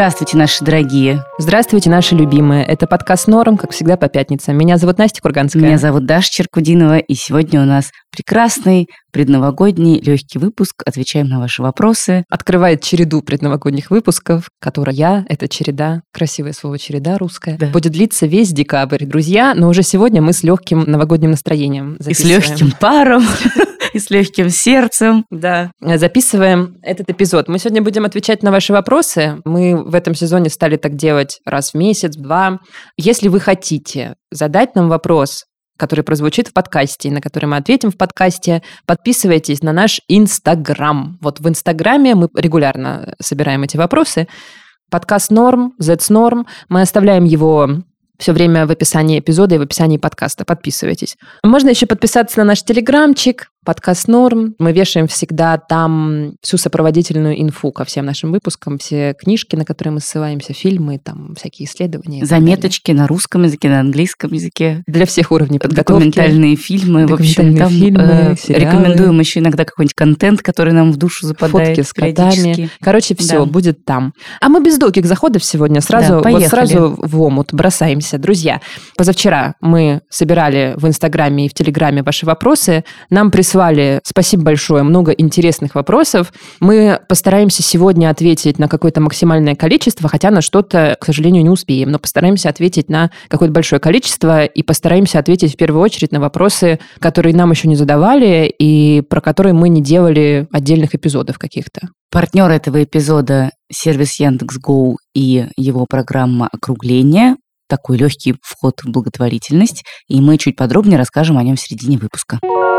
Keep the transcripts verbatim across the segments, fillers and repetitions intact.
Здравствуйте, наши дорогие. Здравствуйте, наши любимые. Это подкаст «Норм», как всегда, по пятницам. Меня зовут Настя Курганская. Меня зовут Даша Черкудинова. И сегодня у нас прекрасный предновогодний легкий выпуск. Отвечаем на ваши вопросы. Открывает череду предновогодних выпусков, которая я, это череда, красивое слово череда русское, да. Будет длиться весь декабрь, друзья. Но уже сегодня мы с легким новогодним настроением записываем. И с легким паром. И с легким сердцем. Да. Записываем этот эпизод. Мы сегодня будем отвечать на ваши вопросы. Мы в этом сезоне стали так делать раз в месяц, два. Если вы хотите задать нам вопрос, который прозвучит в подкасте, и на который мы ответим в подкасте, подписывайтесь на наш Инстаграм. Вот в Инстаграме мы регулярно собираем эти вопросы. Подкаст «Норм», That's Norm. Мы оставляем его все время в описании эпизода и в описании подкаста. Подписывайтесь. Можно еще подписаться на наш телеграмчик, подкаст «Норм». Мы вешаем всегда там всю сопроводительную инфу ко всем нашим выпускам, все книжки, на которые мы ссылаемся, фильмы, там всякие исследования. Заметочки на русском языке, на английском языке. Для всех уровней подготовки. Документальные фильмы. Документальные в общем, там фильмы, э, рекомендуем еще иногда какой-нибудь контент, который нам в душу западает. Фотки с котами. Короче, все да. будет там. А мы без долгих заходов сегодня сразу, да, вот сразу в омут бросаемся. Друзья, позавчера мы собирали в Инстаграме и в Телеграме ваши вопросы. Нам прислали, спасибо большое, много интересных вопросов. Мы постараемся сегодня ответить на какое-то максимальное количество, хотя на что-то, к сожалению, не успеем, но постараемся ответить на какое-то большое количество и постараемся ответить в первую очередь на вопросы, которые нам еще не задавали и про которые мы не делали отдельных эпизодов каких-то. Партнер этого эпизода – сервис Яндекс.Гоу и его программа «Округление». Такой легкий вход в благотворительность, и мы чуть подробнее расскажем о нем в середине выпуска.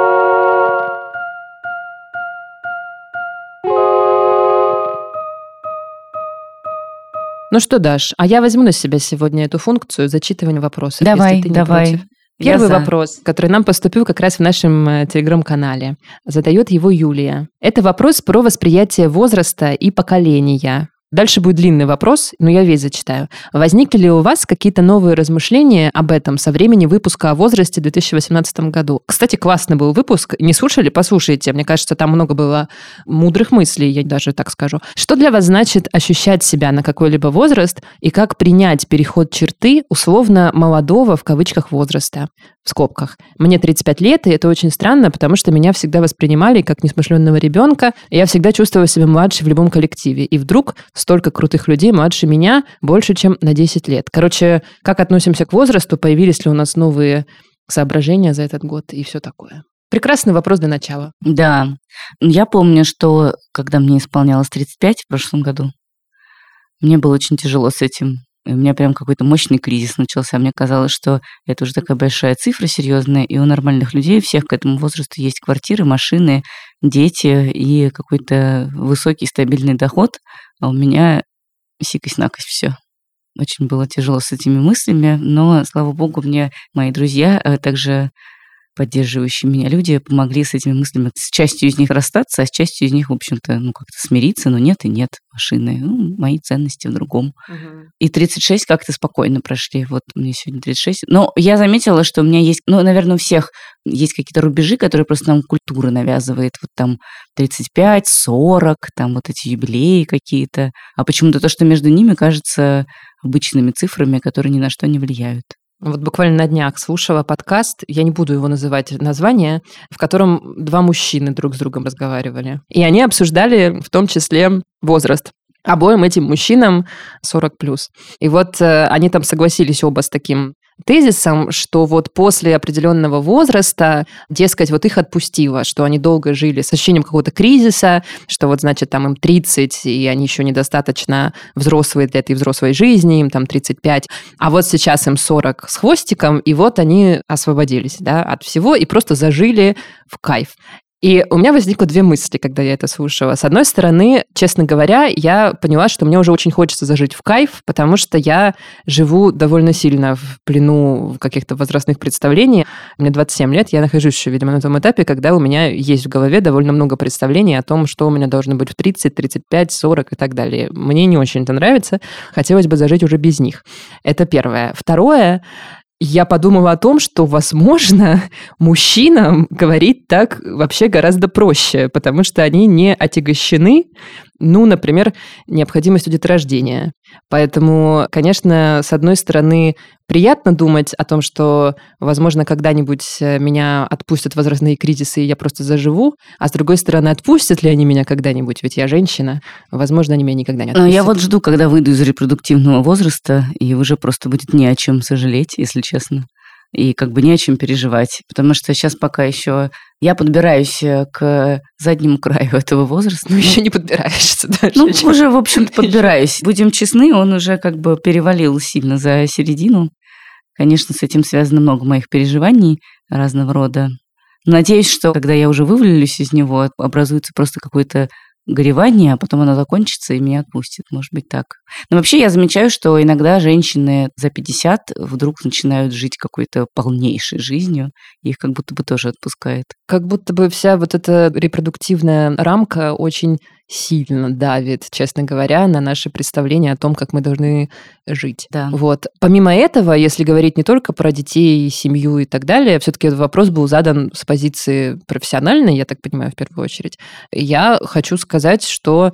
Ну что, Даш, а я возьму на себя сегодня эту функцию зачитывания вопросов. Давай, если ты не давай. против. Первый вопрос, который нам поступил как раз в нашем телеграм-канале, задает его Юлия. Это вопрос про восприятие возраста и поколения. Дальше будет длинный вопрос, но я весь зачитаю. Возникли ли у вас какие-то новые размышления об этом со времени выпуска о возрасте в две тысячи восемнадцатом году? Кстати, классный был выпуск. Не слушали? Послушайте. Мне кажется, там много было мудрых мыслей, я даже так скажу. Что для вас значит ощущать себя на какой-либо возраст и как принять переход черты условно молодого в кавычках возраста? В скобках. Мне тридцать пять лет, и это очень странно, потому что меня всегда воспринимали как несмышленного ребенка, и я всегда чувствовала себя младше в любом коллективе. И вдруг столько крутых людей младше меня больше, чем на десять лет. Короче, как относимся к возрасту, появились ли у нас новые соображения за этот год и все такое. Прекрасный вопрос для начала. Да. Я помню, что когда мне исполнялось тридцать пять в прошлом году, мне было очень тяжело с этим. И у меня прям какой-то мощный кризис начался. Мне казалось, что это уже такая большая цифра серьезная, и у нормальных людей всех к этому возрасту есть квартиры, машины, дети и какой-то высокий стабильный доход, а у меня сикость-накость все. Очень было тяжело с этими мыслями, но, слава богу, мне мои друзья, а также поддерживающие меня люди помогли с этими мыслями, с частью из них расстаться, а с частью из них, в общем-то, ну, как-то смириться, но нет и нет машины. Ну, мои ценности в другом. Угу. И тридцать шесть как-то спокойно прошли. Вот мне сегодня тридцать шесть. Но я заметила, что у меня есть, ну, наверное, у всех есть какие-то рубежи, которые просто нам культура навязывает. Вот там тридцать пять, сорок, там вот эти юбилеи какие-то. А почему-то то, что между ними, кажется обычными цифрами, которые ни на что не влияют. Вот буквально на днях слушала подкаст, я не буду его называть название, в котором два мужчины друг с другом разговаривали. И они обсуждали в том числе возраст. Обоим этим мужчинам сорок плюс. И вот э, они там согласились оба с таким тезисом, что вот после определенного возраста, дескать, вот их отпустило, что они долго жили с ощущением какого-то кризиса, что вот, значит, там им тридцать, и они еще недостаточно взрослые для этой взрослой жизни, им там тридцать пять, а вот сейчас им сорок с хвостиком, и вот они освободились, да, от всего и просто зажили в кайф. И у меня возникло две мысли, когда я это слушала. С одной стороны, честно говоря, я поняла, что мне уже очень хочется зажить в кайф, потому что я живу довольно сильно в плену каких-то возрастных представлений. Мне двадцать семь лет, я нахожусь еще, видимо, на том этапе, когда у меня есть в голове довольно много представлений о том, что у меня должно быть в тридцать, тридцать пять, сорок и так далее. Мне не очень это нравится, хотелось бы зажить уже без них. Это первое. Второе, я подумала о том, что, возможно, мужчинам говорить так вообще гораздо проще, потому что они не отягощены, ну, например, необходимостью деторождения. Поэтому, конечно, с одной стороны, приятно думать о том, что, возможно, когда-нибудь меня отпустят возрастные кризисы, и я просто заживу, а с другой стороны, отпустят ли они меня когда-нибудь, ведь я женщина, возможно, они меня никогда не отпустят. Но я вот жду, когда выйду из репродуктивного возраста, и уже просто будет не о чем сожалеть, если честно. И как бы не о чем переживать. Потому что сейчас пока еще я подбираюсь к заднему краю этого возраста. Ну, еще не подбираешься даже. Ну, уже, в общем-то, подбираюсь. Будем честны, он уже как бы перевалил сильно за середину. Конечно, с этим связано много моих переживаний разного рода. Надеюсь, что когда я уже вывалюсь из него, образуется просто какой-то горевание, а потом оно закончится и меня отпустит. Может быть, так. Но вообще я замечаю, что иногда женщины за пятьдесят вдруг начинают жить какой-то полнейшей жизнью, и их как будто бы тоже отпускает. Как будто бы вся вот эта репродуктивная рамка очень сильно давит, честно говоря, на наше представление о том, как мы должны жить. Да. Вот. Помимо этого, если говорить не только про детей, семью и так далее, все-таки этот вопрос был задан с позиции профессиональной, я так понимаю, в первую очередь. Я хочу сказать, что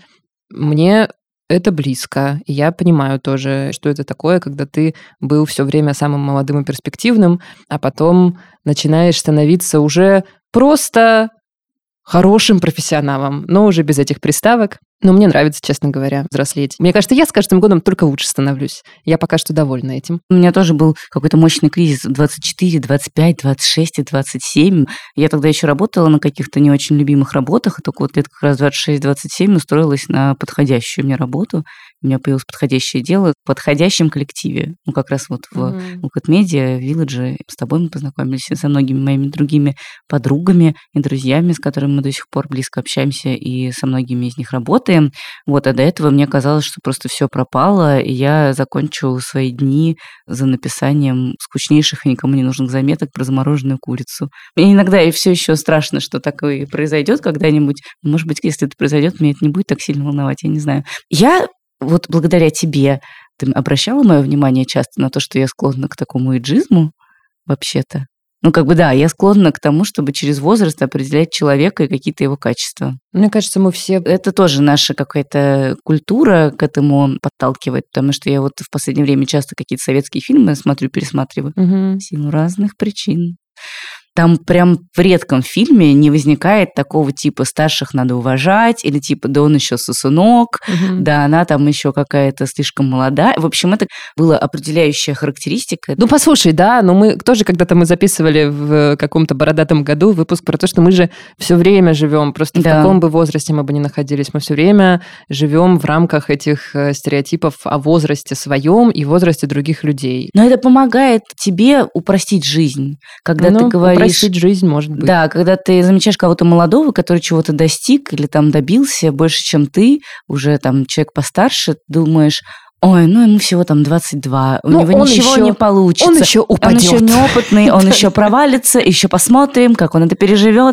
мне это близко. И я понимаю тоже, что это такое, когда ты был все время самым молодым и перспективным, а потом начинаешь становиться уже просто хорошим профессионалом, но уже без этих приставок. Но мне нравится, честно говоря, взрослеть. Мне кажется, я с каждым годом только лучше становлюсь. Я пока что довольна этим. У меня тоже был какой-то мощный кризис в двадцать четыре, двадцать пять, двадцать шесть и двадцать семь. Я тогда еще работала на каких-то не очень любимых работах, и только вот лет как раз двадцать шесть двадцать семь устроилась на подходящую мне работу. У меня появилось подходящее дело в подходящем коллективе. Ну, как раз вот в Mm-hmm. Укртмедиа, Вилладже. С тобой мы познакомились, и со многими моими другими подругами и друзьями, с которыми мы до сих пор близко общаемся, и со многими из них работаем. Вот, а до этого мне казалось, что просто все пропало, и я закончу свои дни за написанием скучнейших и никому не нужных заметок про замороженную курицу. Мне иногда и все еще страшно, что такое произойдет когда-нибудь. Может быть, если это произойдет, меня это не будет так сильно волновать, я не знаю. Я вот благодаря тебе, ты обращала мое внимание часто на то, что я склонна к такому эйджизму вообще-то? Ну, как бы да, я склонна к тому, чтобы через возраст определять человека и какие-то его качества. Мне кажется, мы все... Это тоже наша какая-то культура к этому подталкивает, потому что я вот в последнее время часто какие-то советские фильмы смотрю, пересматриваю. Угу. В силу разных причин. Там прям в редком фильме не возникает такого типа старших надо уважать, или типа да он еще сосунок, Угу. да она там еще какая-то слишком молодая. В общем, это была определяющая характеристика. Ну, послушай, да, но мы тоже когда-то мы записывали в каком-то бородатом году выпуск про то, что мы же все время живем, просто Да. в каком бы возрасте мы бы ни находились, мы все время живем в рамках этих э, стереотипов о возрасте своем и возрасте других людей. Но это помогает тебе упростить жизнь, когда Ну, ты говоришь... упростить жизнь, может быть. Да, когда ты замечаешь кого-то молодого, который чего-то достиг или там добился больше, чем ты, уже там человек постарше, думаешь, ой, ну ему всего там двадцать два, у Ну, него он ничего еще- не получится. Он еще Он упадет. еще неопытный, он еще провалится, еще посмотрим, как он это переживет.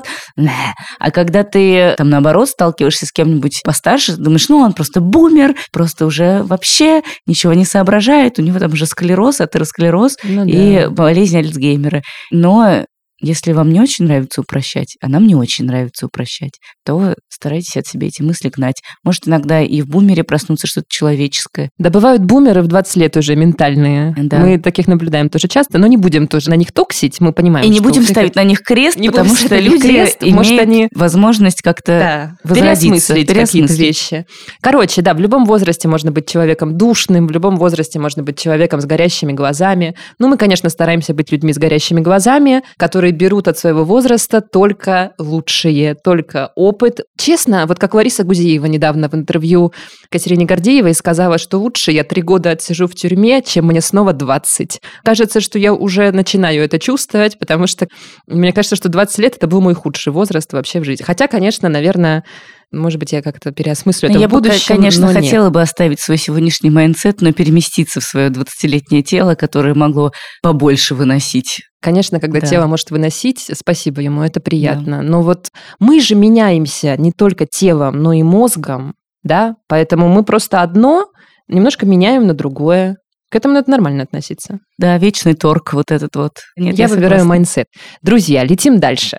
А когда ты там наоборот сталкиваешься с кем-нибудь постарше, думаешь, ну он просто бумер, просто уже вообще ничего не соображает, у него там уже склероз, атеросклероз Ну да. и болезнь Альцгеймера. Но если вам не очень нравится упрощать, а нам не очень нравится упрощать, то старайтесь от себя эти мысли гнать. Может, иногда и в бумере проснуться что-то человеческое. Да бывают бумеры в двадцать лет уже ментальные. Да. Мы таких наблюдаем тоже часто, но не будем тоже на них токсить, мы понимаем, И не что у будем всех ставить на них крест, Не потому будем что ставить на них люди крест, имеют может, они- возможность как-то Да, возродиться, переосмыслить какие-то переосмыслить. вещи. Короче, да, в любом возрасте можно быть человеком душным, в любом возрасте можно быть человеком с горящими глазами. Ну, мы, конечно, стараемся быть людьми с горящими глазами, которые берут от своего возраста только лучшее, только опыт. Честно, вот как Лариса Гузеева недавно в интервью Катерине Гордеевой сказала, что лучше я три года отсижу в тюрьме, чем мне снова двадцать. Кажется, что я уже начинаю это чувствовать, потому что мне кажется, что двадцать лет это был мой худший возраст вообще в жизни. Хотя, конечно, наверное, может быть, я как-то переосмыслю это Я в бы, будущем, конечно, но нет. хотела бы оставить свой сегодняшний майндсет, но переместиться в свое двадцатилетнее тело, которое могло побольше выносить. Конечно, когда Да. тело может выносить, спасибо ему, это приятно. Но вот мы же меняемся не только телом, но и мозгом, да? Поэтому мы просто одно немножко меняем на другое. К этому надо нормально относиться. Да, вечный торг вот этот вот. Нет, я выбираю согласна. майндсет. Друзья, летим дальше.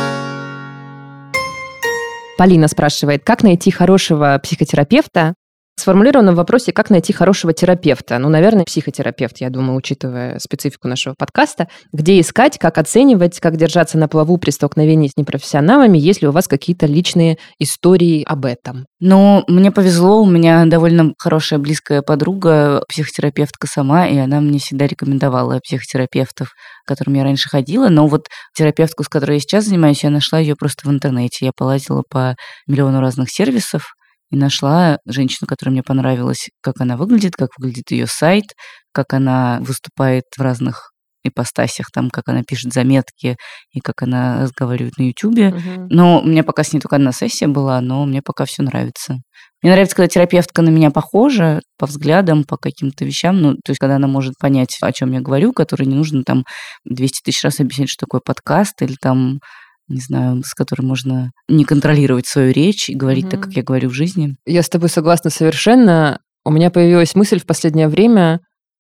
Полина спрашивает, как найти хорошего психотерапевта, Сформулировано в вопросе, как найти хорошего терапевта. Ну, наверное, психотерапевт, я думаю, учитывая специфику нашего подкаста. Где искать, как оценивать, как держаться на плаву при столкновении с непрофессионалами, если у вас какие-то личные истории об этом? Ну, мне повезло, у меня довольно хорошая близкая подруга, психотерапевтка сама, и она мне всегда рекомендовала психотерапевтов, к которым я раньше ходила. Но вот терапевтку, с которой я сейчас занимаюсь, я нашла ее просто в интернете. Я полазила по миллиону разных сервисов, и нашла женщину, которая мне понравилась, как она выглядит, как выглядит ее сайт, как она выступает в разных ипостасях, там, как она пишет заметки и как она разговаривает на Ютубе. Мгм. Но у меня пока с ней только одна сессия была, но мне пока все нравится. Мне нравится, когда терапевтка на меня похожа по взглядам, по каким-то вещам. Ну, то есть, когда она может понять, о чем я говорю, которой не нужно там двести тысяч раз объяснять, что такое подкаст, или там, не знаю, с которой можно не контролировать свою речь и говорить так, Мгм. как я говорю в жизни. Я с тобой согласна совершенно. У меня появилась мысль в последнее время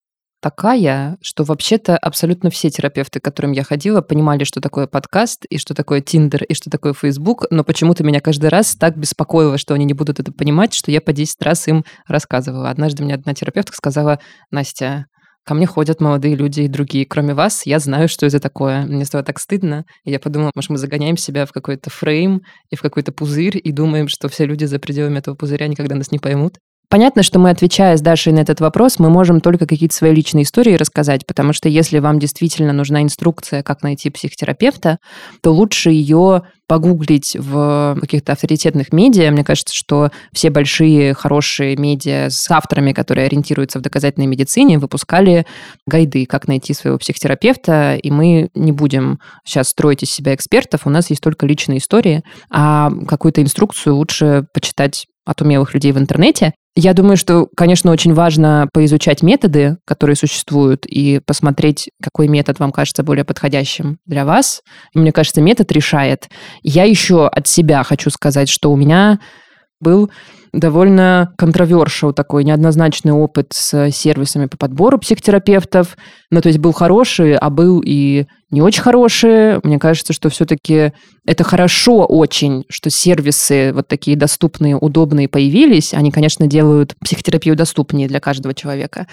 такая, что вообще-то абсолютно все терапевты, к которым я ходила, понимали, что такое подкаст, и что такое Тиндер, и что такое Фейсбук, но почему-то меня каждый раз так беспокоило, что они не будут это понимать, что я по десять раз им рассказывала. Однажды мне одна терапевтка сказала: «Настя, ко мне ходят молодые люди и другие, кроме вас, я знаю, что это такое». Мне стало так стыдно, и я подумала, может, мы загоняем себя в какой-то фрейм и в какой-то пузырь, и думаем, что все люди за пределами этого пузыря никогда нас не поймут. Понятно, что мы, отвечая с Дашей на этот вопрос, мы можем только какие-то свои личные истории рассказать, потому что если вам действительно нужна инструкция, как найти психотерапевта, то лучше ее погуглить в каких-то авторитетных медиа. Мне кажется, что все большие, хорошие медиа с авторами, которые ориентируются в доказательной медицине, выпускали гайды, как найти своего психотерапевта, и мы не будем сейчас строить из себя экспертов, у нас есть только личные истории, а какую-то инструкцию лучше почитать от умелых людей в интернете. Я думаю, что, конечно, очень важно поизучать методы, которые существуют, и посмотреть, какой метод вам кажется более подходящим для вас. И мне кажется, метод решает. Я еще от себя хочу сказать, что у меня был довольно контровершил такой неоднозначный опыт с сервисами по подбору психотерапевтов. Ну, то есть был хороший, а был и не очень хороший. Мне кажется, что все-таки это хорошо очень, что сервисы вот такие доступные, удобные появились. Они, конечно, делают психотерапию доступнее для каждого человека.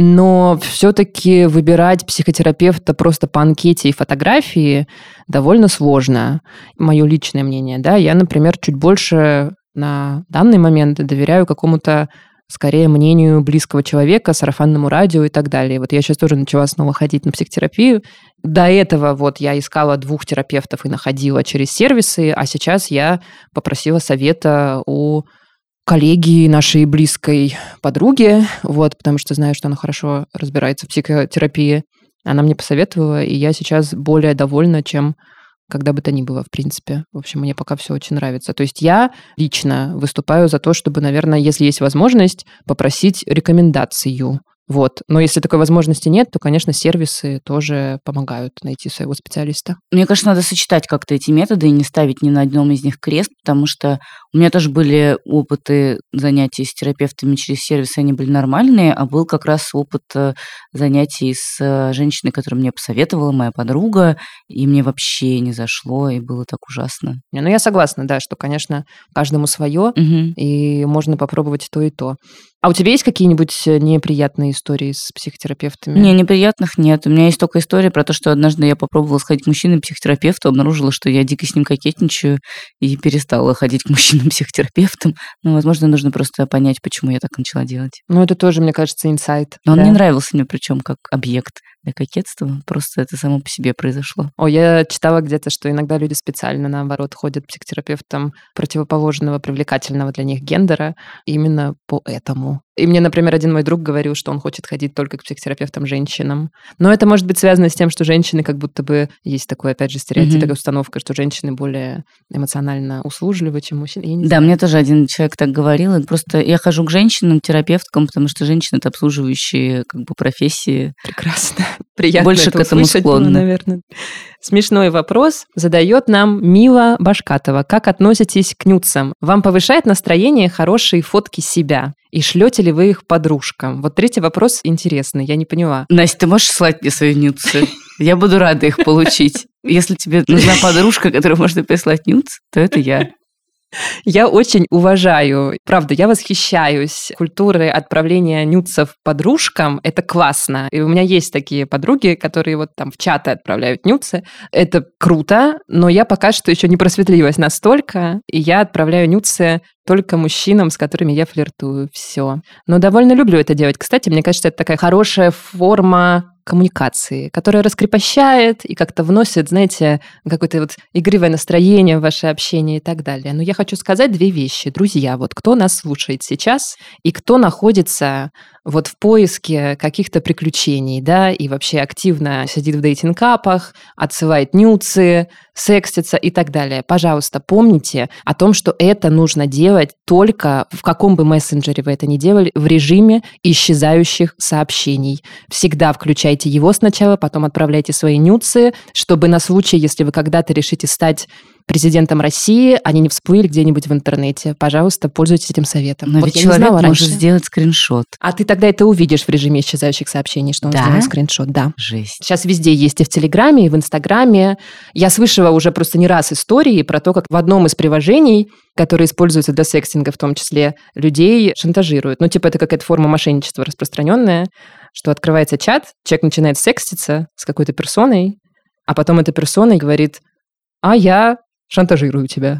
Но все-таки выбирать психотерапевта просто по анкете и фотографии довольно сложно. Мое личное мнение, да. Я, например, чуть больше на данный момент доверяю какому-то, скорее, мнению близкого человека, сарафанному радио и так далее. Вот я сейчас тоже начала снова ходить на психотерапию. До этого вот я искала двух терапевтов и находила через сервисы, а сейчас я попросила совета у коллеги нашей близкой подруги, вот, потому что знаю, что она хорошо разбирается в психотерапии. Она мне посоветовала, и я сейчас более довольна, чем когда бы то ни было, в принципе. В общем, мне пока все очень нравится. То есть я лично выступаю за то, чтобы, наверное, если есть возможность, попросить рекомендацию. Вот. Но если такой возможности нет, то, конечно, сервисы тоже помогают найти своего специалиста. Мне кажется, надо сочетать как-то эти методы и не ставить ни на одном из них крест, потому что у меня тоже были опыты занятий с терапевтами через сервисы, они были нормальные, а был как раз опыт занятий с женщиной, которую мне посоветовала моя подруга, и мне вообще не зашло, и было так ужасно. Не, ну, я согласна, да, что, конечно, каждому свое, Угу. и можно попробовать то и то. А у тебя есть какие-нибудь неприятные истории с психотерапевтами? Не, неприятных нет. У меня есть только история про то, что однажды я попробовала сходить к мужчине-психотерапевту, обнаружила, что я дико с ним кокетничаю, и перестала ходить к мужчинам-психотерапевтам. Ну, возможно, нужно просто понять, почему я так начала делать. Ну, это тоже, мне кажется, инсайт. Но он да. не нравился мне, причем как объект для кокетства. Просто это само по себе произошло. О, я читала где-то, что иногда люди специально, наоборот, ходят к психотерапевтам противоположного, привлекательного для них гендера именно поэтому. И мне, например, один мой друг говорил, что он хочет ходить только к психотерапевтам-женщинам. Но это может быть связано с тем, что женщины как будто бы... Есть такой, опять же, стереотип, Мгм. такая установка, что женщины более эмоционально услужливы, чем мужчины. Я не Да, знаю. мне тоже один человек так говорил. И просто я хожу к женщинам, терапевткам, потому что женщины — это обслуживающие как бы профессии. Прекрасно. Приятно Больше это к этому услышать было, склонны. наверное. Смешной вопрос задает нам Мила Башкатова. Как относитесь к нюцам? Вам повышает настроение хорошие фотки себя? И шлете ли вы их подружкам? Вот третий вопрос интересный, я не поняла. Настя, ты можешь слать мне свои нюцы? Я буду рада их получить. Если тебе нужна подружка, которой можно прислать нюц, то это я. Я очень уважаю, правда, я восхищаюсь культурой отправления нюдсов подружкам. Это классно. И у меня есть такие подруги, которые вот там в чаты отправляют нюдсы. Это круто, но я пока что еще не просветлилась настолько, и я отправляю нюдсы только мужчинам, с которыми я флиртую. Все. Но довольно люблю это делать. Кстати, мне кажется, это такая хорошая форма коммуникации, которая раскрепощает и как-то вносит, знаете, какое-то вот игривое настроение в ваше общение и так далее. Но я хочу сказать две вещи. Друзья, вот кто нас слушает сейчас и кто находится вот в поиске каких-то приключений, да, и вообще активно сидит в дейтинг-апах, отсылает нюдсы, секстится и так далее. Пожалуйста, помните о том, что это нужно делать только, в каком бы мессенджере вы это ни делали, в режиме исчезающих сообщений. Всегда включайте его сначала, потом отправляйте свои нюдсы, чтобы на случай, если вы когда-то решите стать президентом России, они не всплыли где-нибудь в интернете. Пожалуйста, пользуйтесь этим советом. Но вот ведь я человек не знала может раньше. сделать скриншот. А ты тогда это увидишь в режиме исчезающих сообщений, что он Да? сделал скриншот. Да. Жесть. Сейчас везде есть и в Телеграме, и в Инстаграме. Я слышала уже просто не раз истории про то, как в одном из приложений, которые используются для секстинга в том числе, людей шантажируют. Ну, типа это какая-то форма мошенничества распространенная, что открывается чат, человек начинает секститься с какой-то персоной, а потом эта персона говорит: а я шантажирую тебя.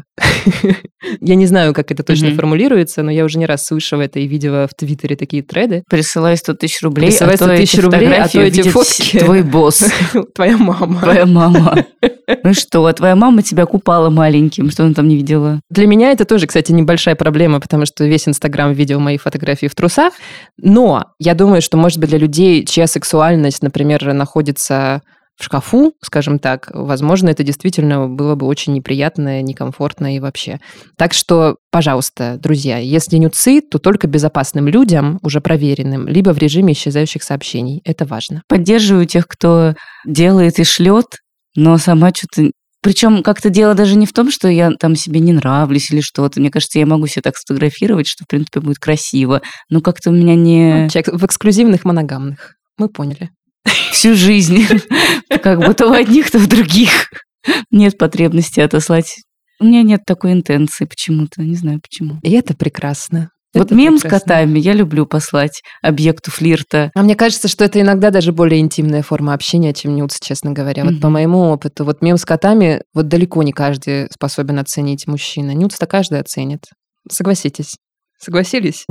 Я не знаю, как это точно Мгм. формулируется, но я уже не раз слышала это и видела в Твиттере такие треды. Присылай сто тысяч рублей, Присылай а то сто тысяч эти рублей, а то фотографии эти увидит фотки. твой босс, Твоя мама. твоя мама. Ну что, а твоя мама тебя купала маленьким, что она там не видела? Для меня это тоже, кстати, небольшая проблема, потому что весь Инстаграм видел мои фотографии в трусах. Но я думаю, что, может быть, для людей, чья сексуальность, например, находится в шкафу, скажем так, возможно, это действительно было бы очень неприятно, некомфортно и вообще. Так что, пожалуйста, друзья, если нюдсы, то только безопасным людям, уже проверенным, либо в режиме исчезающих сообщений. Это важно. Поддерживаю тех, кто делает и шлет, но сама что-то... Причем как-то дело даже не в том, что я там себе не нравлюсь или что-то. Мне кажется, я могу себя так сфотографировать, что, в принципе, будет красиво. Но как-то у меня не... Ну, человек в эксклюзивных моногамных. Мы поняли. Всю жизнь. Как бы то в одних, то в других. Нет потребности отослать. У меня нет такой интенции почему-то. Не знаю почему. И это прекрасно. Вот Это мем с прекрасно. котами я люблю послать объекту флирта. А мне кажется, что это иногда даже более интимная форма общения, чем нюдс, честно говоря. Вот Мгм. по моему опыту, вот мем с котами, вот далеко не каждый способен оценить мужчина. Нюдс-то каждый оценит. Согласитесь. Согласились?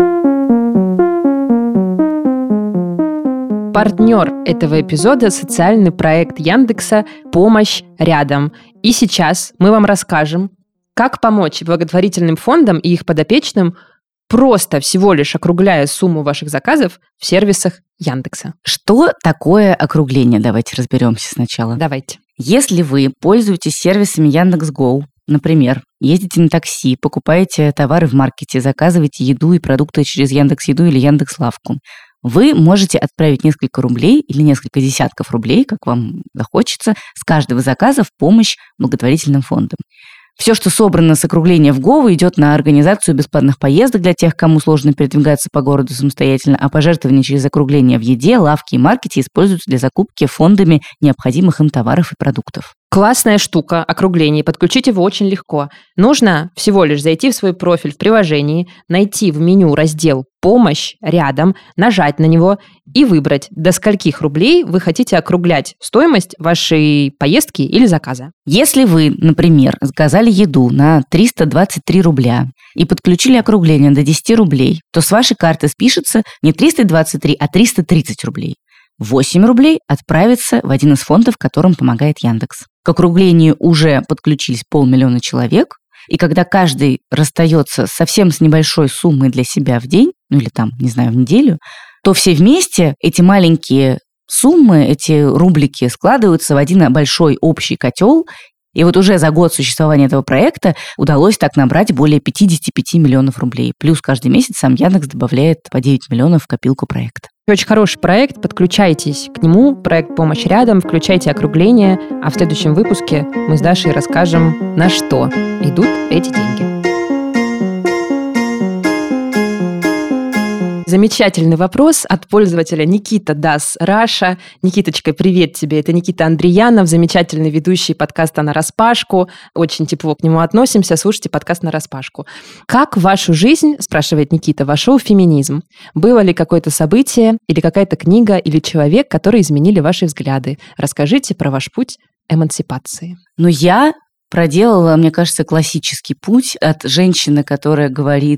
Партнер этого эпизода – социальный проект Яндекса «Помощь рядом». И сейчас мы вам расскажем, как помочь благотворительным фондам и их подопечным, просто всего лишь округляя сумму ваших заказов в сервисах Яндекса. Что такое округление? Давайте разберемся сначала. Давайте. Если вы пользуетесь сервисами Яндекс.Гоу, например, ездите на такси, покупаете товары в маркете, заказываете еду и продукты через Яндекс.Еду или Яндекс.Лавку, вы можете отправить несколько рублей или несколько десятков рублей, как вам захочется, с каждого заказа в помощь благотворительным фондам. Все, что собрано с округления в Go, идет на организацию бесплатных поездок для тех, кому сложно передвигаться по городу самостоятельно, а пожертвования через округление в еде, лавке и маркете используются для закупки фондами необходимых им товаров и продуктов. Классная штука, округление. Подключить его очень легко. Нужно всего лишь зайти в свой профиль в приложении, найти в меню раздел «Помощь рядом», нажать на него и выбрать, до скольких рублей вы хотите округлять стоимость вашей поездки или заказа. Если вы, например, заказали еду на триста двадцать три рубля и подключили округление до десять рублей, то с вашей карты спишется не триста двадцать три, а триста тридцать рублей. восемь рублей отправится в один из фондов, которым помогает Яндекс. К округлению уже подключились полмиллиона человек, и когда каждый расстается совсем с небольшой суммой для себя в день, ну или там, не знаю, в неделю, то все вместе эти маленькие суммы, эти рублики складываются в один большой общий котел. И вот уже за год существования этого проекта удалось так набрать более пятьдесят пять миллионов рублей. Плюс каждый месяц сам Яндекс добавляет по девять миллионов в копилку проекта. Очень хороший проект, подключайтесь к нему, проект «Помощь рядом», включайте округление, а в следующем выпуске мы с Дашей расскажем, на что идут эти деньги. замечательный вопрос от пользователя Никита Дас Раша. Никиточка, привет тебе. Это Никита Андреянов, замечательный ведущий подкаста «Нараспашку». Очень тепло к нему относимся. Слушайте подкаст «Нараспашку». Как в вашу жизнь, спрашивает Никита, вошел феминизм? Было ли какое-то событие или какая-то книга или человек, которые изменили ваши взгляды? Расскажите про ваш путь эмансипации. Ну, я проделала, мне кажется, классический путь от женщины, которая говорит: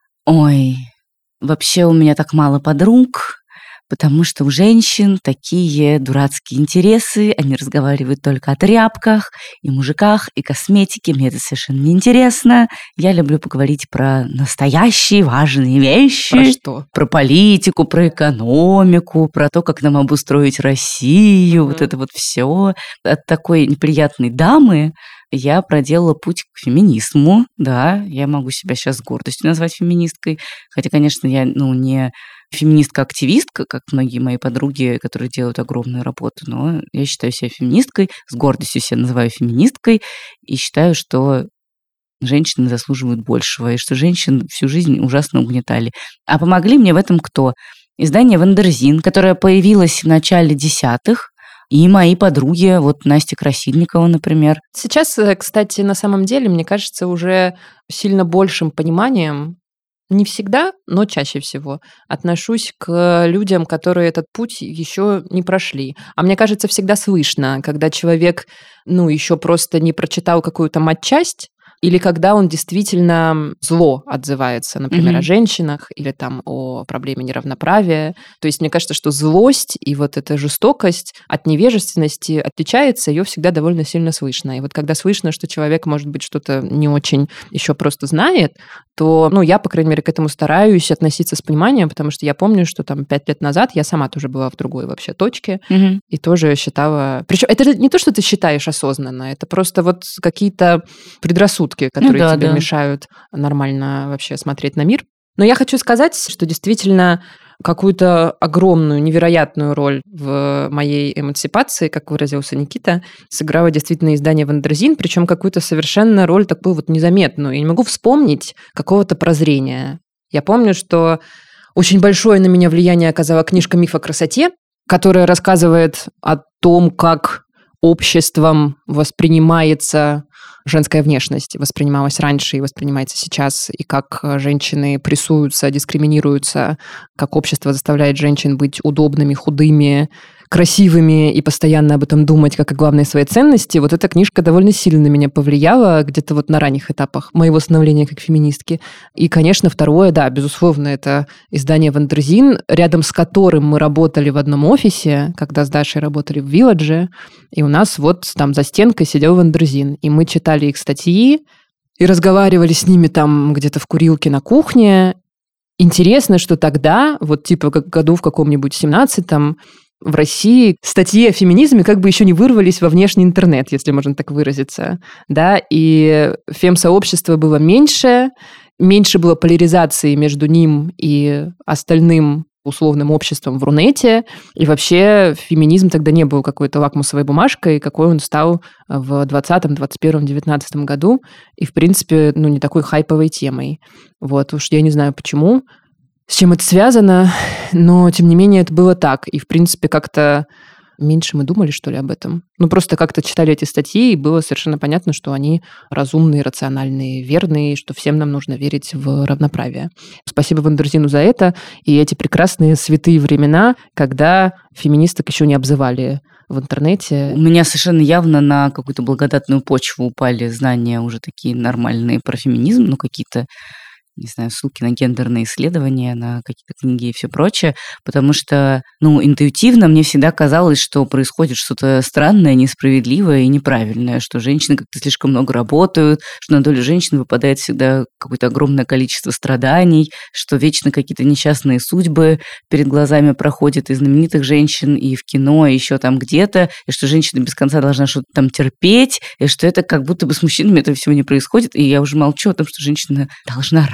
ой, вообще у меня так мало подруг, потому что у женщин такие дурацкие интересы, они разговаривают только о тряпках и мужиках, и косметике, мне это совершенно неинтересно. Я люблю поговорить про настоящие важные вещи. Про что? Про политику, про экономику, про то, как нам обустроить Россию, mm-hmm. вот это вот все. От такой неприятной дамы я проделала путь к феминизму, да, я могу себя сейчас с гордостью назвать феминисткой, хотя, конечно, я, ну, не феминистка-активистка, как многие мои подруги, которые делают огромную работу, но я считаю себя феминисткой, с гордостью себя называю феминисткой и считаю, что женщины заслуживают большего, и что женщин всю жизнь ужасно угнетали. А помогли мне в этом кто? Издание «Вандерзин», которое появилось в начале десятых, и мои подруги, вот Настя Красильникова, например. Сейчас, кстати, на самом деле, мне кажется, уже сильно большим пониманием, не всегда, но чаще всего, отношусь к людям, которые этот путь еще не прошли. А мне кажется, всегда слышно, когда человек, ну, еще просто не прочитал какую-то матчасть, или когда он действительно зло отзывается, например, mm-hmm. о женщинах или там о проблеме неравноправия. То есть мне кажется, что злость и вот эта жестокость от невежественности отличается, ее всегда довольно сильно слышно. И вот когда слышно, что человек, может быть, что-то не очень еще просто знает, то, ну, я, по крайней мере, к этому стараюсь относиться с пониманием, потому что я помню, что там пять лет назад я сама тоже была в другой вообще точке mm-hmm. и тоже считала... Причем это не то, что ты считаешь осознанно, это просто вот какие-то предрассудки, которые ну, да, тебе да. мешают нормально вообще смотреть на мир. Но я хочу сказать, что действительно какую-то огромную, невероятную роль в моей эмансипации, как выразился Никита, сыграло действительно издание «Вандерзин», причем какую-то совершенно роль такую вот незаметную. Я не могу вспомнить какого-то прозрения. Я помню, что очень большое на меня влияние оказала книжка «Миф о красоте», которая рассказывает о том, как обществом воспринимается женская внешность, воспринималась раньше и воспринимается сейчас, и как женщины прессуются, дискриминируются, как общество заставляет женщин быть удобными, худыми, красивыми и постоянно об этом думать как о главной своей ценности. Вот эта книжка довольно сильно на меня повлияла где-то вот на ранних этапах моего становления как феминистки. И, конечно, второе, да, безусловно, это издание «Вандерзин», рядом с которым мы работали в одном офисе, когда с Дашей работали в «Вилладже», и у нас вот там за стенкой сидел «Вандерзин», и мы читали их статьи и разговаривали с ними там где-то в курилке на кухне. Интересно, что тогда, вот типа году в каком-нибудь семнадцатом, в России статьи о феминизме как бы еще не вырвались во внешний интернет, если можно так выразиться, да, и фем-сообщество было меньше, меньше было поляризации между ним и остальным условным обществом в Рунете, и вообще феминизм тогда не был какой-то лакмусовой бумажкой, какой он стал в двадцатом, двадцать первом, девятнадцатом году, и, в принципе, ну, не такой хайповой темой. Вот, уж я не знаю почему, с чем это связано, но, тем не менее, это было так. И, в принципе, как-то меньше мы думали, что ли, об этом. Ну, просто как-то читали эти статьи, и было совершенно понятно, что они разумные, рациональные, верные, что всем нам нужно верить в равноправие. Спасибо Вандерзину за это. И эти прекрасные святые времена, когда феминисток еще не обзывали в интернете. У меня совершенно явно на какую-то благодатную почву упали знания уже такие нормальные про феминизм, ну, какие-то, не знаю, ссылки на гендерные исследования, на какие-то книги и все прочее, потому что, ну, интуитивно мне всегда казалось, что происходит что-то странное, несправедливое и неправильное, что женщины как-то слишком много работают, что на долю женщин выпадает всегда какое-то огромное количество страданий, что вечно какие-то несчастные судьбы перед глазами проходят и знаменитых женщин, и в кино, и еще там где-то, и что женщина без конца должна что-то там терпеть, и что это как будто бы с мужчинами этого всего не происходит, и я уже молчу о том, что женщина должна рожать,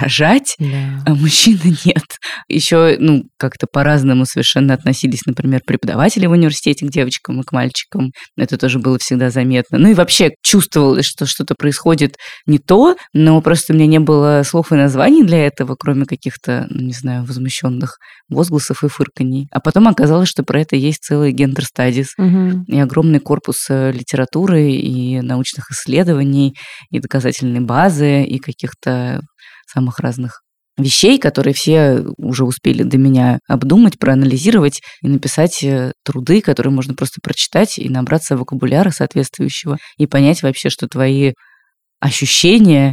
рожать, Да. а мужчины нет. Еще, ну, как-то по-разному совершенно относились, например, преподаватели в университете к девочкам и к мальчикам. Это тоже было всегда заметно. Ну и вообще чувствовалось, что что-то происходит не то, но просто у меня не было слов и названий для этого, кроме каких-то, ну, не знаю, возмущенных возгласов и фырканий. А потом оказалось, что про это есть целый гендер стадис Угу. и огромный корпус литературы и научных исследований, и доказательной базы, и каких-то самых разных вещей, которые все уже успели до меня обдумать, проанализировать и написать труды, которые можно просто прочитать и набраться вокабуляра соответствующего и понять вообще, что твои ощущения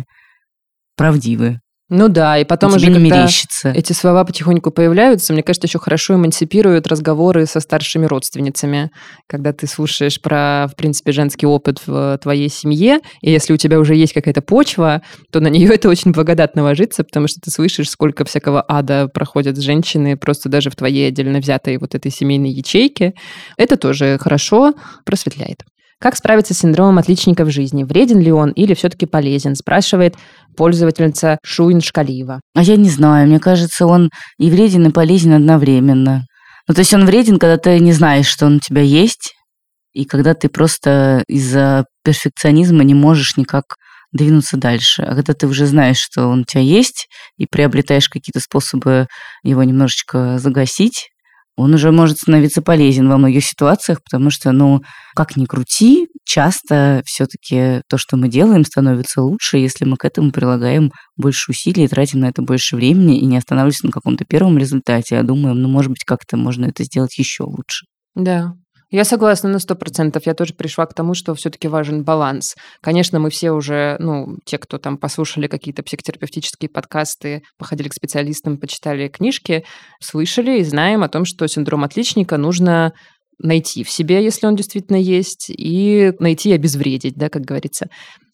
правдивы. Ну да, и потом и уже, тебе не когда мерещится. эти слова потихоньку появляются, мне кажется, еще хорошо эмансипируют разговоры со старшими родственницами, когда ты слушаешь про, в принципе, женский опыт в твоей семье, и если у тебя уже есть какая-то почва, то на нее это очень благодатно ложится, потому что ты слышишь, сколько всякого ада проходят женщины просто даже в твоей отдельно взятой вот этой семейной ячейке. Это тоже хорошо просветляет. Как справиться с синдромом отличника в жизни? Вреден ли он или все-таки полезен? Спрашивает пользовательница Шуин Шкалиева. А я не знаю, мне кажется, он и вреден, и полезен одновременно. Ну, то есть он вреден, когда ты не знаешь, что он у тебя есть, и когда ты просто из-за перфекционизма не можешь никак двинуться дальше. А когда ты уже знаешь, что он у тебя есть, и приобретаешь какие-то способы его немножечко загасить, он уже может становиться полезен во многих ситуациях, потому что, ну, как ни крути, часто все-таки то, что мы делаем, становится лучше, если мы к этому прилагаем больше усилий и тратим на это больше времени и не останавливаемся на каком-то первом результате, а думаем, ну, может быть, как-то можно это сделать еще лучше. Да. Я согласна на сто процентов. Я тоже пришла к тому, что все-таки важен баланс. Конечно, мы все уже, ну, те, кто там послушали какие-то психотерапевтические подкасты, походили к специалистам, почитали книжки, слышали и знаем о том, что синдром отличника нужно найти в себе, если он действительно есть, и найти и обезвредить, да, как говорится.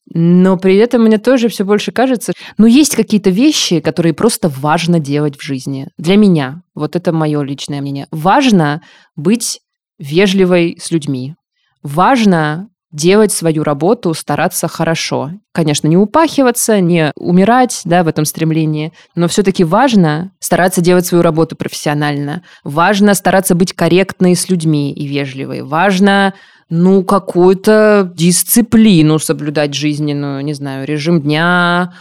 Но при этом мне тоже все больше кажется, ну, есть какие-то вещи, которые просто важно делать в жизни. Для меня, вот это мое личное мнение, важно быть вежливой с людьми. Важно делать свою работу, стараться хорошо. Конечно, не упахиваться, не умирать, да, в этом стремлении, но все-таки важно стараться делать свою работу профессионально. Важно стараться быть корректной с людьми и вежливой. Важно, ну, какую-то дисциплину соблюдать жизненную, не знаю, режим дня,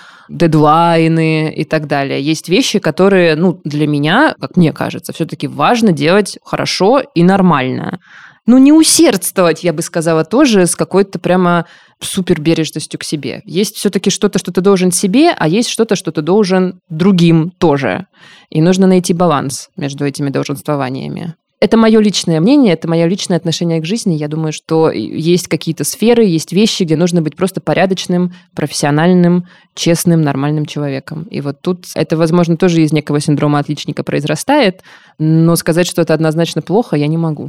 дедлайны и так далее. Есть вещи, которые, ну, для меня, как мне кажется, все-таки важно делать хорошо и нормально. Ну, не усердствовать, я бы сказала, тоже с какой-то прямо супербережностью к себе. Есть все-таки что-то, что ты должен себе, а есть что-то, что ты должен другим тоже. И нужно найти баланс между этими долженствованиями. Это мое личное мнение, это мое личное отношение к жизни. Я думаю, что есть какие-то сферы, есть вещи, где нужно быть просто порядочным, профессиональным, честным, нормальным человеком. И вот тут это, возможно, тоже из некого синдрома отличника произрастает, но сказать, что это однозначно плохо, я не могу.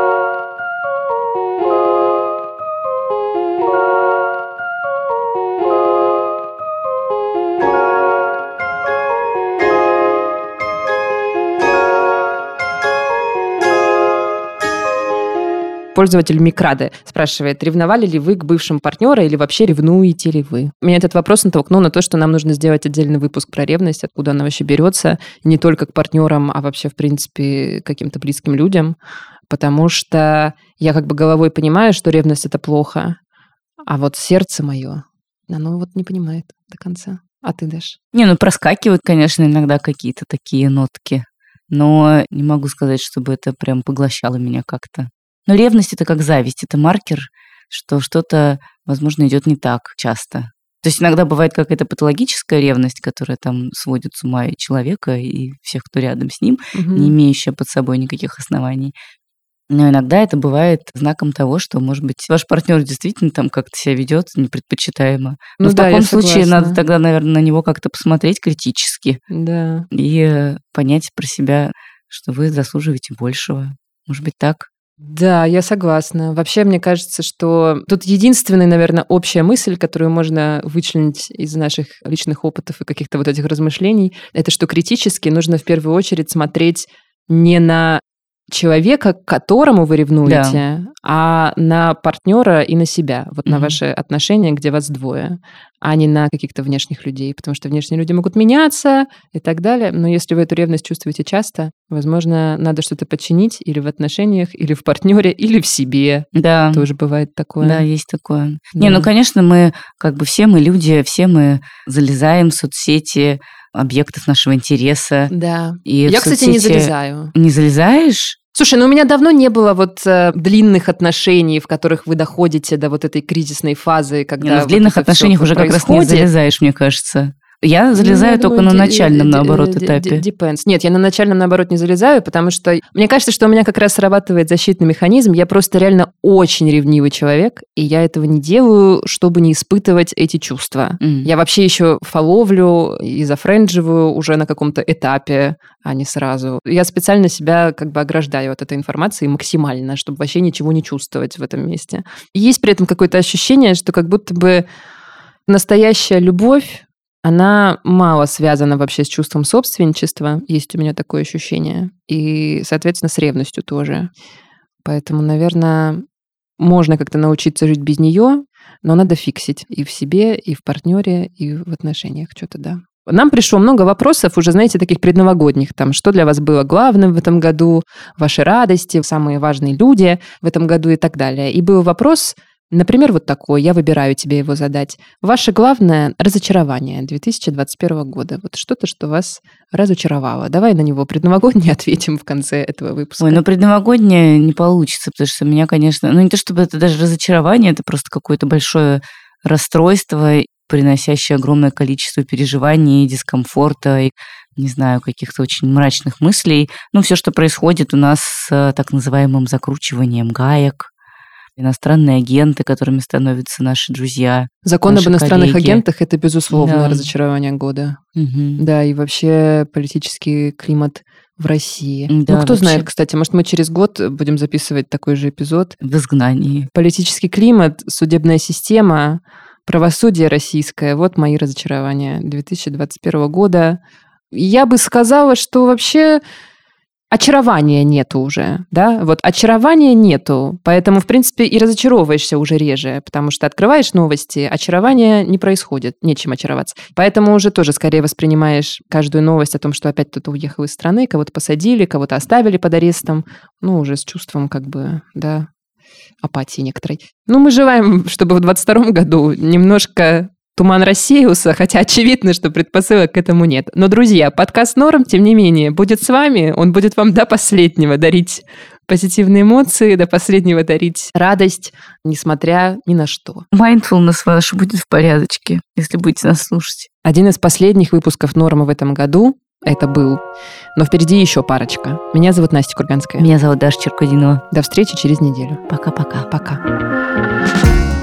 Пользователь Микрады спрашивает, ревновали ли вы к бывшему партнеру или вообще ревнуете ли вы? Меня этот вопрос натолкнул на то, что нам нужно сделать отдельный выпуск про ревность, откуда она вообще берется, не только к партнерам, а вообще, в принципе, к каким-то близким людям, потому что я как бы головой понимаю, что ревность – это плохо, а вот сердце мое, оно вот не понимает до конца. А ты, Даш? Не, ну проскакивают, конечно, иногда какие-то такие нотки, но не могу сказать, чтобы это прям поглощало меня как-то. Но ревность – это как зависть, это маркер, что что-то, возможно, идет не так часто. То есть иногда бывает какая-то патологическая ревность, которая там сводит с ума и человека, и всех, кто рядом с ним, Угу. не имеющая под собой никаких оснований. Но иногда это бывает знаком того, что, может быть, ваш партнер действительно там как-то себя ведет непредпочитаемо. Но Ну в да, таком я случае согласна. надо тогда, наверное, на него как-то посмотреть критически Да. и понять про себя, что вы заслуживаете большего. Может быть, так? Да, я согласна. Вообще, мне кажется, что тут единственная, наверное, общая мысль, которую можно вычленить из наших личных опытов и каких-то вот этих размышлений, это что критически нужно в первую очередь смотреть не на человека, к которому вы ревнуете, да. а на партнера и на себя, вот mm-hmm. на ваши отношения, где вас двое, а не на каких-то внешних людей, потому что внешние люди могут меняться и так далее. Но если вы эту ревность чувствуете часто, возможно, надо что-то починить или в отношениях, или в партнере, или в себе. Да. Тоже бывает такое. Да, есть такое. Да. Не, ну, конечно, мы, как бы все мы люди, все мы залезаем в соцсети объектов нашего интереса. Да. И Я, соцсети... кстати, не залезаю. Не залезаешь? Слушай, ну у меня давно не было вот э, длинных отношений, в которых вы доходите до вот этой кризисной фазы, когда... Не, ну, в вот длинных отношениях уже происходит. как раз не залезаешь, мне кажется. Я залезаю ну, только думаю, на начальном, наоборот, этапе. Depends. Нет, я на начальном, наоборот, не залезаю, потому что мне кажется, что у меня как раз срабатывает защитный механизм. Я просто реально очень ревнивый человек, и я этого не делаю, чтобы не испытывать эти чувства. Mm. Я вообще еще фоловлю и зафрендживаю уже на каком-то этапе, а не сразу. Я специально себя как бы ограждаю от этой информации максимально, чтобы вообще ничего не чувствовать в этом месте. И есть при этом какое-то ощущение, что как будто бы настоящая любовь, она мало связана вообще с чувством собственничества. Есть у меня такое ощущение. И, соответственно, с ревностью тоже. Поэтому, наверное, можно как-то научиться жить без нее, но надо фиксить и в себе, и в партнере, и в отношениях что-то, да. Нам пришло много вопросов, уже, знаете, таких предновогодних. Там, что для вас было главным в этом году, ваши радости, самые важные люди в этом году и так далее. И был вопрос... Например, вот такой, я выбираю тебе его задать. Ваше главное разочарование две тысячи двадцать первого года. Вот что-то, что вас разочаровало. Давай на него предновогоднее ответим в конце этого выпуска. Ой, ну предновогоднее не получится, потому что меня, конечно... Ну не то чтобы это даже разочарование, это просто какое-то большое расстройство, приносящее огромное количество переживаний, дискомфорта, и, не знаю, каких-то очень мрачных мыслей. Ну все, что происходит у нас с так называемым закручиванием гаек, иностранные агенты, которыми становятся наши друзья. Закон наши об иностранных коллеги. агентах – это, безусловно, да. разочарование года. Угу. Да, и вообще политический климат в России. Да, ну, кто вообще. знает, кстати, может, мы через год будем записывать такой же эпизод. В изгнании. Политический климат, судебная система, правосудие российское – вот мои разочарования две тысячи двадцать первого года. Я бы сказала, что вообще... Очарования нету уже, да, вот очарования нету, поэтому, в принципе, и разочаровываешься уже реже, потому что открываешь новости, очарования не происходит, нечем очароваться. Поэтому уже тоже скорее воспринимаешь каждую новость о том, что опять кто-то уехал из страны, кого-то посадили, кого-то оставили под арестом, ну, уже с чувством как бы, да, апатии некоторой. Ну, мы желаем, чтобы в двадцать втором году немножко... Туман рассеялся, хотя очевидно, что предпосылок к этому нет. Но, друзья, подкаст «Норм», тем не менее, будет с вами. Он будет вам до последнего дарить позитивные эмоции, до последнего дарить радость, несмотря ни на что. Mindfulness ваш будет в порядочке, если будете нас слушать. Один из последних выпусков «Нормы» в этом году это был. Но впереди еще парочка. Меня зовут Настя Курганская. Меня зовут Даша Черкудинова. До встречи через неделю. Пока-пока. Пока.